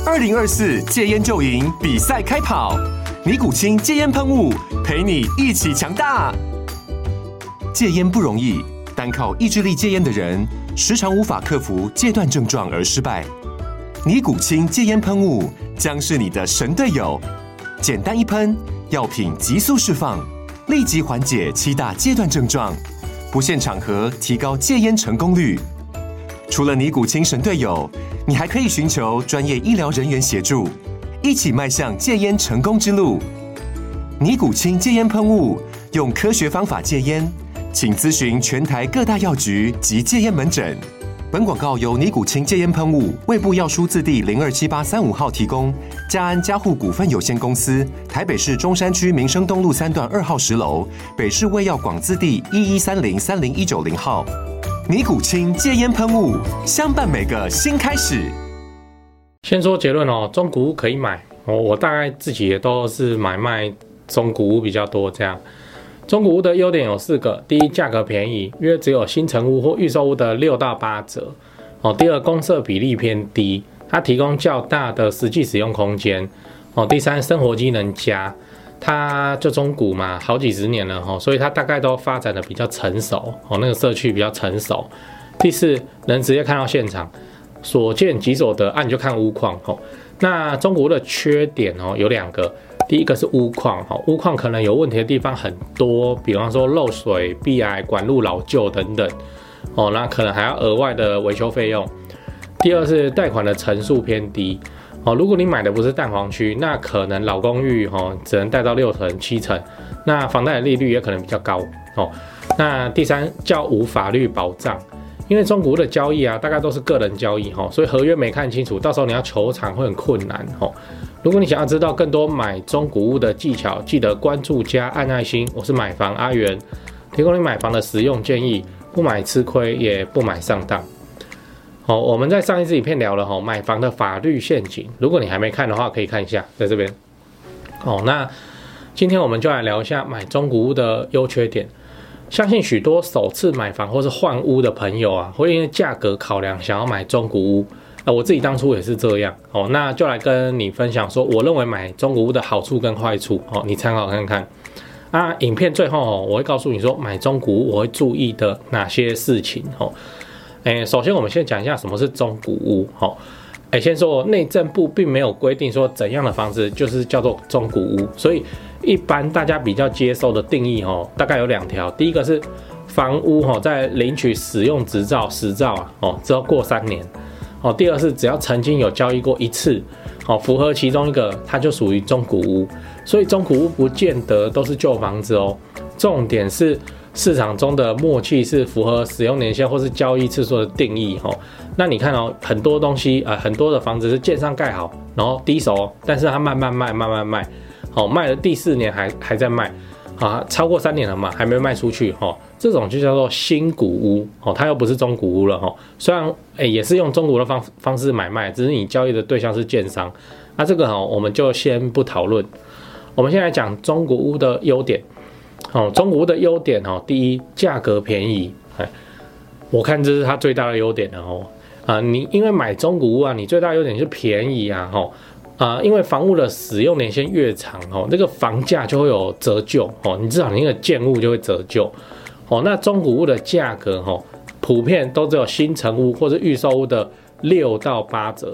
2024戒烟就赢比赛开跑，尼古清戒烟喷雾陪你一起强大。戒烟不容易，单靠意志力戒烟的人，时常无法克服戒断症状而失败。尼古清戒烟喷雾将是你的神队友，简单一喷，药品急速释放，立即缓解7大戒断症状，不限场合提高戒烟成功率。除了尼古清神队友，你还可以寻求专业医疗人员协助，一起迈向戒烟成功之路。尼古清戒烟喷雾，用科学方法戒烟，请咨询全台各大药局及戒烟门诊。本广告由尼古清戒烟喷雾、卫部药书字第027835号提供，嘉安嘉护股份有限公司，台北市中山区民生东路3段2号10楼，北市卫药广字第1130-30190号。尼古清戒烟喷雾，相伴每个新开始。 先说结论哦，中古屋可以买哦，我大概自己也都是买卖中古屋比较多这样。中古屋的优点有4个：第一，价格便宜，约只有新成屋或预售屋的6到8折哦；第二，公设比例偏低，它提供较大的实际使用空间哦；第三，生活机能佳。它就中古嘛，好几十年了，所以它大概都发展的比较成熟，那个社区比较成熟。第四，能直接看到现场，所见即所得，你就看屋况。那中古屋的缺点有2个，第一个是屋况，屋况可能有问题的地方很多，比方说漏水、壁癌、管路老旧等等，那可能还要额外的维修费用。第二是贷款的成数偏低。如果你买的不是蛋黄区，那可能老公寓只能贷到6成、7成，那房贷的利率也可能比较高。那第三，较无法律保障，因为中古屋的交易大概都是个人交易，所以合约没看清楚，到时候你要求偿会很困难。如果你想要知道更多买中古屋的技巧，记得关注加按爱心。我是买房阿元，提供你买房的实用建议，不买吃亏，也不买上当。我们在上一支影片聊了买房的法律陷阱，如果你还没看的话，可以看一下，在这边。那今天我们就来聊一下买中古屋的优缺点。相信许多首次买房或是换屋的朋友会因为价格考量想要买中古屋。我自己当初也是这样。那就来跟你分享说，我认为买中古屋的好处跟坏处，你参考看看。影片最后我会告诉你说，买中古屋我会注意的哪些事情。首先我们先讲一下什么是中古屋。先说内政部并没有规定说怎样的房子就是叫做中古屋，所以一般大家比较接受的定义大概有2条。第一个是房屋在领取使用执照实照之后过3年。第二是只要曾经有交易过1次，符合其中一个，它就属于中古屋。所以中古屋不见得都是旧房子重点是市场中的默契是符合使用年限或是交易次数的定义。那你看很多东西很多的房子是建商盖好，然后第一手但是它慢慢卖，卖了第4年还在卖超过3年了嘛，还没卖出去这种就叫做新古屋它又不是中古屋了虽然也是用中古的方式买卖，只是你交易的对象是建商。那这个我们就先不讨论。我们先来讲中古屋的优点。中古屋的优点第一，价格便宜。我看这是它最大的优点你因为买中古屋你最大的优点是便宜因为房屋的使用年限越长这个房价就会有折旧你至少你那个建物就会折旧那中古屋的价格普遍都只有新成屋或者预售屋的6到8折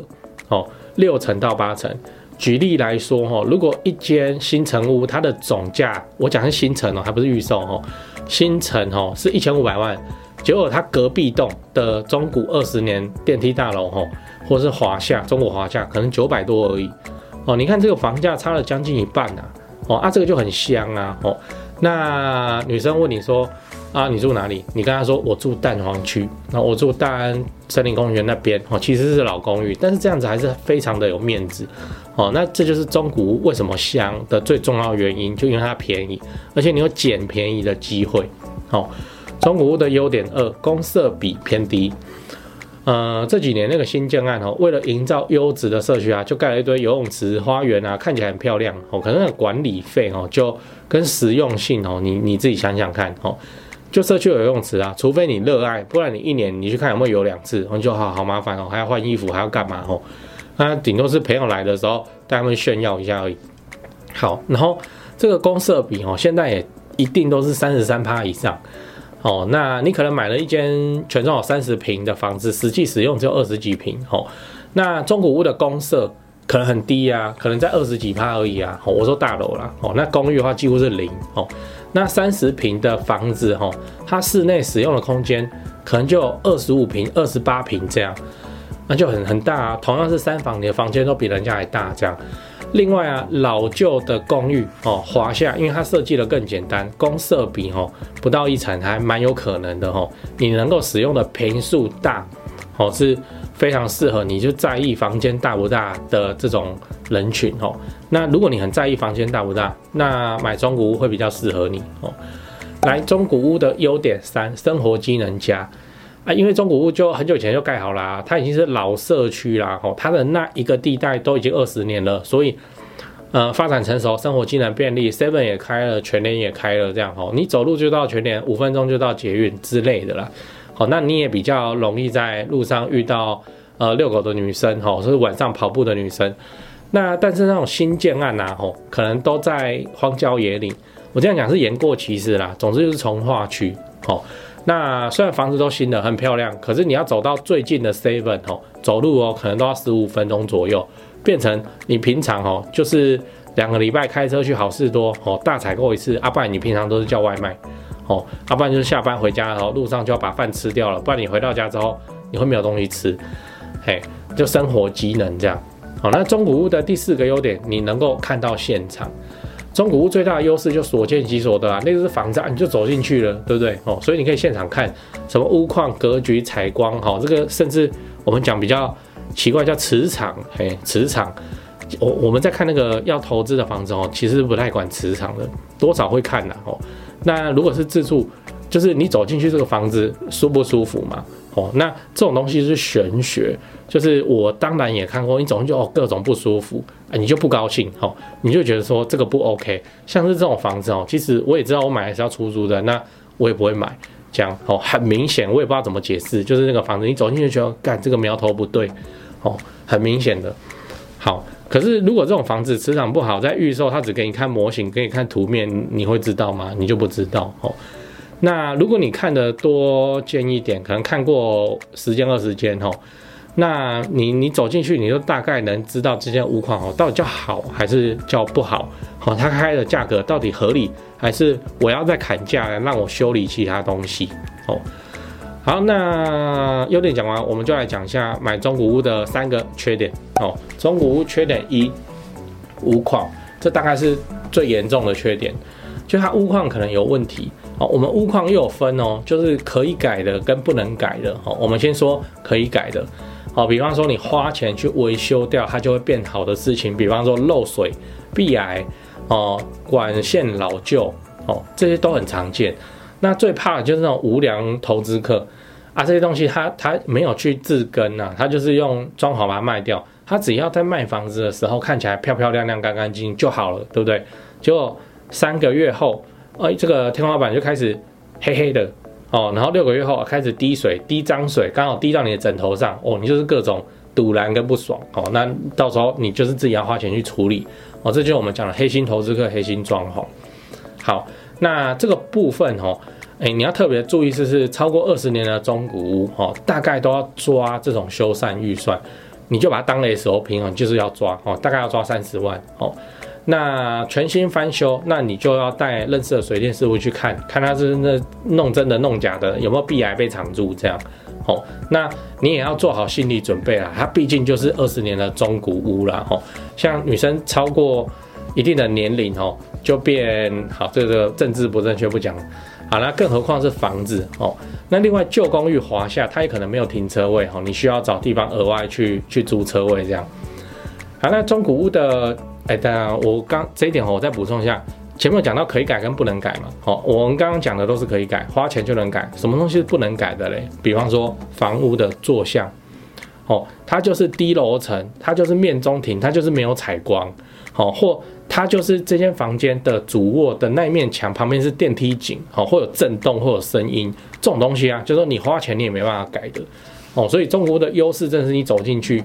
6成到8成。举例来说如果一间新成屋它的总价，我讲是新成还不是预售新成是1500万，结果它隔壁栋的中古20年电梯大楼或是华夏中国华夏可能900多而已你看这个房价差了将近1半这个就很香那女生问你说你住哪里？你跟她说我住蛋黄区，我住大安森林公园那边其实是老公寓，但是这样子还是非常的有面子那这就是中古屋为什么香的最重要的原因，就因为它便宜，而且你有捡便宜的机会中古屋的优点2，公设比偏低。这几年那个新建案为了营造优质的社区就盖了一堆游泳池、花园看起来很漂亮可能那个管理费就跟实用性你自己想想看就社区有游泳池除非你热爱，不然你1年你去看有没有游2次，就好麻烦还要换衣服，还要干嘛那顶多是朋友来的时候带他们炫耀一下而已。好，然后这个公设比现在也一定都是33%以上。那你可能买了一间全幢有30坪的房子，实际使用只有20几坪。那中古屋的公设可能很低啊，可能在20几%而已啊。我说大楼啦，那公寓的话几乎是0。那30坪的房子，它室内使用的空间可能就有25坪、28坪这样，那就很大啊。同样是3房，你的房间都比人家还大这样。另外啊，老旧的公寓华夏，因为它设计的更简单，公设比不到1成，还蛮有可能的你能够使用的坪数大是非常适合你就在意房间大不大的这种人群那如果你很在意房间大不大，那买中古屋会比较适合你来，中古屋的优点3，生活机能佳。因为中古屋就很久以前就盖好啦，它已经是老社区啦，它的那一个地带都已经20年了，所以发展成熟，生活机能便利 ，7 也开了，全联也开了，这样你走路就到全联，5分钟就到捷运之类的啦。那你也比较容易在路上遇到遛狗的女生是晚上跑步的女生。那但是那种新建案啊可能都在荒郊野岭，我这样讲是言过其实啦，总之就是从化区那虽然房子都新的很漂亮，可是你要走到最近的 7 走路可能都要15分钟左右，变成你平常就是2个礼拜开车去好事多大采购一次不然你平常都是叫外卖不然就是下班回家路上就要把饭吃掉了，不然你回到家之后你会没有东西吃，就生活机能这样。那中古屋的第4个优点，你能够看到现场。中古屋最大的优势就所见即所得那个是房子你就走进去了，对不对所以你可以现场看什么屋况、格局、采光这个甚至我们讲比较奇怪叫磁场磁场。我们在看那个要投资的房子其实不太管磁场的，多少会看那如果是自住，就是你走进去这个房子舒不舒服嘛那这种东西是玄学，就是我当然也看过，你走进去各种不舒服你就不高兴你就觉得说这个不 OK。像是这种房子其实我也知道我买的是要出租的，那我也不会买这样很明显我也不知道怎么解释，就是那个房子你走进去就觉得干这个苗头不对很明显的。好，可是如果这种房子磁场不好，在预售它只给你看模型，给你看图面，你会知道吗？你就不知道那如果你看的多间一点，可能看过10间20间那你走进去，你就大概能知道这间屋况到底叫好还是叫不好它开的价格到底合理，还是我要再砍价来让我修理其他东西好，那优点讲完，我们就来讲一下买中古屋的3个缺点中古屋缺点1，屋况，这大概是最严重的缺点，就它屋况可能有问题我们屋况又有分就是可以改的跟不能改的我们先说可以改的比方说你花钱去维修掉它就会变好的事情，比方说漏水、壁癌管线老旧这些都很常见。那最怕的就是那种无良投资客这些东西他没有去自根他就是用装潢把它卖掉，他只要在卖房子的时候看起来漂漂亮亮、干干净净就好了，对不对？结果3个月后这个天花板就开始黑黑的然后6个月后开始滴水、滴脏水，刚好滴到你的枕头上你就是各种堵拦跟不爽那到时候你就是自己要花钱去处理这就是我们讲的黑心投资客、黑心装潢。好，那这个部分你要特别注意是超过20年的中古屋大概都要抓这种修缮预算，你就把它当 SOP 就是要抓大概要抓30万那全新翻修，那你就要带认识的水电师傅去看他是那弄真的弄假的，有没有壁癌被藏住这样那你也要做好心理准备啦，它毕竟就是20年的中古屋啦像女生超过一定的年龄就变好，这个政治不正确不讲好，那更何况是房子那另外旧公寓华夏它也可能没有停车位你需要找地方额外去租车位这样。好，那中古屋的当然我刚这一点我再补充一下，前面有讲到可以改跟不能改嘛我们刚刚讲的都是可以改，花钱就能改，什么东西是不能改的嘞？比方说房屋的坐向它就是低楼层，它就是面中庭，它就是没有采光或它就是这间房间的主卧的那一面墙旁边是电梯井会有震动或有声音，这种东西就是说你花钱你也没办法改的所以中古屋的优势真的是你走进去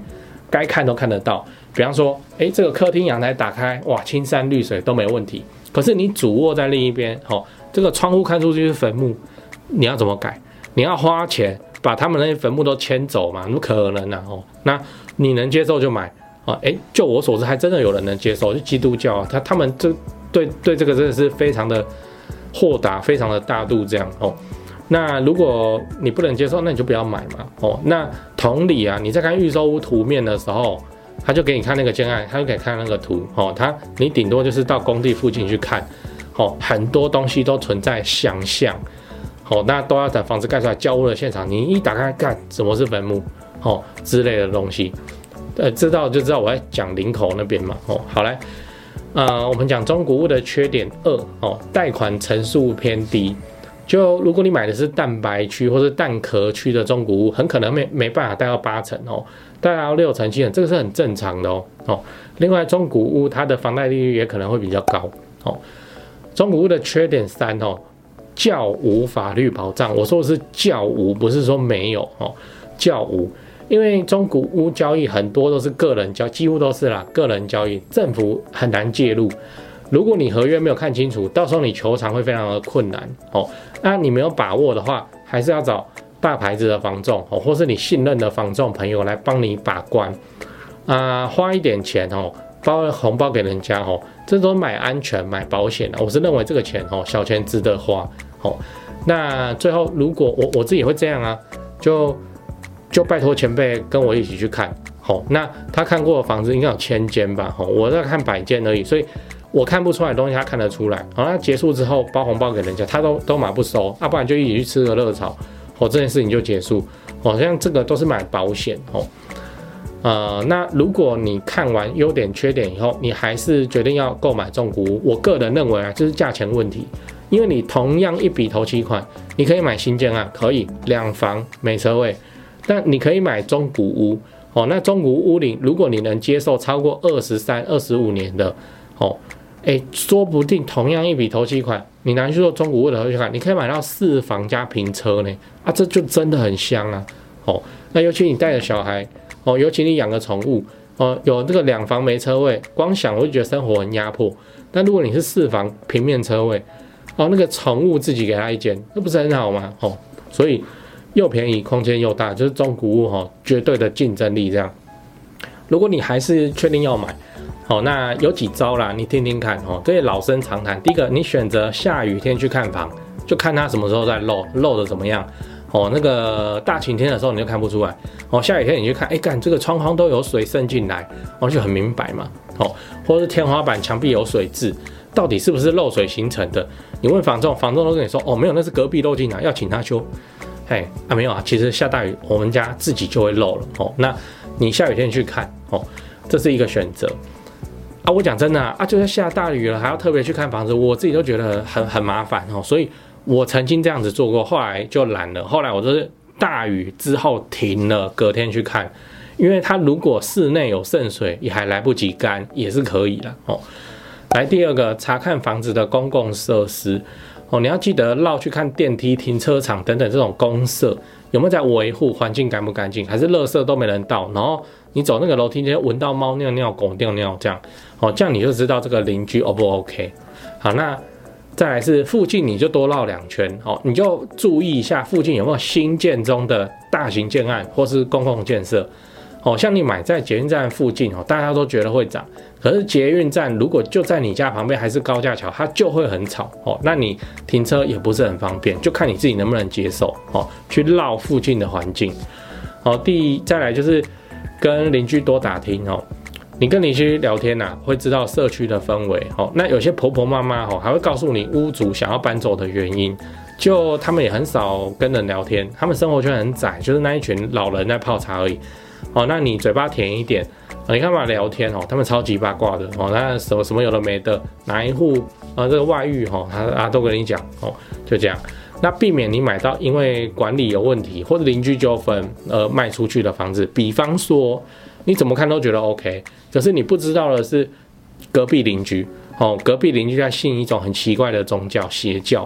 该看都看得到。比方说，这个客厅阳台打开，哇，青山绿水都没问题。可是你主卧在另一边，这个窗户看出去是坟墓，你要怎么改？你要花钱把他们那些坟墓都迁走嘛？怎么可能啊？那你能接受就买啊！就我所知，还真的有人能接受，就基督教，他们就对这个真的是非常的豁达，非常的大度这样哦。那如果你不能接受，那你就不要买嘛。那同理啊，你在看预售屋图面的时候，他就给你看那个建案，他就给你看那个图你顶多就是到工地附近去看，很多东西都存在想象，那都要等房子盖出来交屋的现场，你一打开看什么是坟墓，之类的东西，知道就知道我在讲林口那边嘛，好来，我们讲中古屋的缺点2，贷款成数偏低。就如果你买的是蛋白区或是蛋壳区的中古屋，很可能没办法贷到8成贷到6成7成，这个是很正常的另外，中古屋它的房贷利率也可能会比较高中古屋的缺点3较无法律保障，我说的是较无，不是说没有较无，因为中古屋交易很多都是个人交易，几乎都是啦，个人交易，政府很难介入。如果你合约没有看清楚，到时候你求偿会非常的困难那你没有把握的话，还是要找大牌子的房仲或是你信任的房仲朋友来帮你把关花一点钱包红包给人家这都买安全买保险我是认为这个钱小钱值得花那最后如果我自己会这样啊，就拜托前辈跟我一起去看那他看过的房子应该有1000间吧我在看100间而已，所以我看不出来的东西他看得出来那结束之后包红包给人家他都买不收不然就一起去吃个热炒这件事情就结束像这个都是买保险那如果你看完优点缺点以后，你还是决定要购买中古屋，我个人认为就是价钱问题，因为你同样一笔头期款，你可以买新建案，可以2房没车位，但你可以买中古屋那中古屋龄如果你能接受超过23、25年的说不定同样一笔头期款，你拿去做中古屋的头期款，你可以买到4房加平车呢这就真的很香啊那尤其你带着小孩尤其你养个宠物有这个2房没车位，光想我就觉得生活很压迫。但如果你是4房平面车位那个宠物自己给他一间，那不是很好吗所以又便宜空间又大，就是中古屋绝对的竞争力这样。如果你还是确定要买那有几招啦，你听听看这些老生常谈。第一个，你选择下雨天去看房，就看它什么时候在漏的怎么样那个大晴天的时候你就看不出来下雨天你去看干这个窗框都有水渗进来就很明白嘛或者是天花板墙壁有水渍，到底是不是漏水形成的？你问房仲都跟你说没有，那是隔壁漏进来要请他修没有其实下大雨我们家自己就会漏了那你下雨天去看这是一个选择我讲真的就算下大雨了还要特别去看房子，我自己都觉得很麻烦所以我曾经这样子做过，后来就懒了，后来我就是大雨之后停了，隔天去看，因为它如果室内有渗水也还来不及干，也是可以的来，第二个，查看房子的公共设施你要记得绕去看电梯、停车场等等这种公设有没有在维护，环境干不干净，还是垃圾都没人倒，然后你走那个楼梯间闻到猫尿尿、狗尿尿这样这样你就知道这个邻居 O 不 OK。 好，那再来是附近你就多绕2圈你就注意一下附近有没有新建中的大型建案或是公共建设像你买在捷运站附近大家都觉得会涨，可是捷运站如果就在你家旁边还是高架桥，它就会很吵那你停车也不是很方便，就看你自己能不能接受去绕附近的环境再来就是跟邻居多打听你跟邻居聊天会知道社区的氛围那有些婆婆妈妈还会告诉你屋主想要搬走的原因，就他们也很少跟人聊天，他们生活圈很窄，就是那一群老人在泡茶而已那你嘴巴甜一点你干嘛聊天他们超级八卦的那什么有的没的，哪一户这个外遇他都跟你讲就这样。那避免你买到因为管理有问题或者邻居纠纷而卖出去的房子，比方说你怎么看都觉得 OK， 可是你不知道的是隔壁邻居隔壁邻居在信一种很奇怪的宗教邪教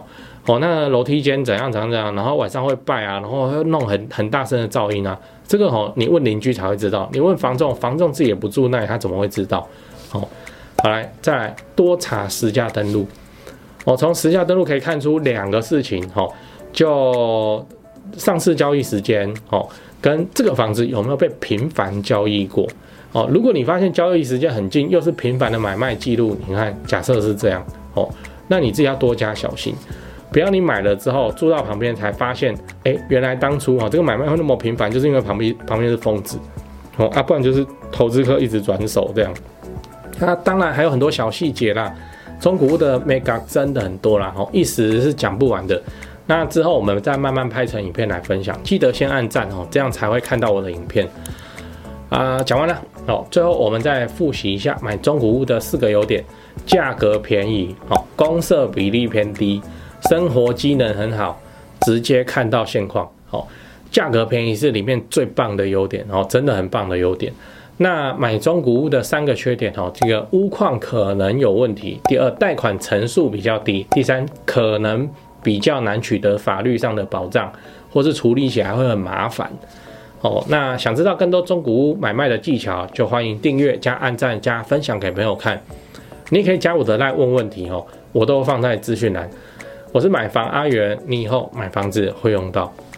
那楼梯间怎样，然后晚上会拜啊，然后会弄很大声的噪音啊，这个你问邻居才会知道，你问房仲自己也不住那里，他怎么会知道？好来，再来多查实价登录。从实价登录可以看出2个事情，就上市交易时间，跟这个房子有没有被频繁交易过。如果你发现交易时间很近，又是频繁的买卖记录，你看假设是这样，那你自己要多加小心，不要你买了之后住到旁边才发现，原来当初这个买卖会那么频繁，就是因为旁边是疯子，不然就是投资客一直转手这样。那当然还有很多小细节啦，中古屋的 mega 真的很多啦，一时是讲不完的。那之后我们再慢慢拍成影片来分享，记得先按赞这样才会看到我的影片。讲完了，最后我们再复习一下买中古屋的4个优点：价格便宜，公设比例偏低，生活机能很好，直接看到现况。价格便宜是里面最棒的优点，真的很棒的优点。那买中古屋的3个缺点，这个屋况可能有问题，第2贷款成数比较低，第3可能比较难取得法律上的保障，或是处理起来会很麻烦。那想知道更多中古屋买卖的技巧，就欢迎订阅加按赞加分享给朋友看。你也可以加我的LINE问问题，我都放在资讯栏。我是买房阿元，你以后买房子会用到。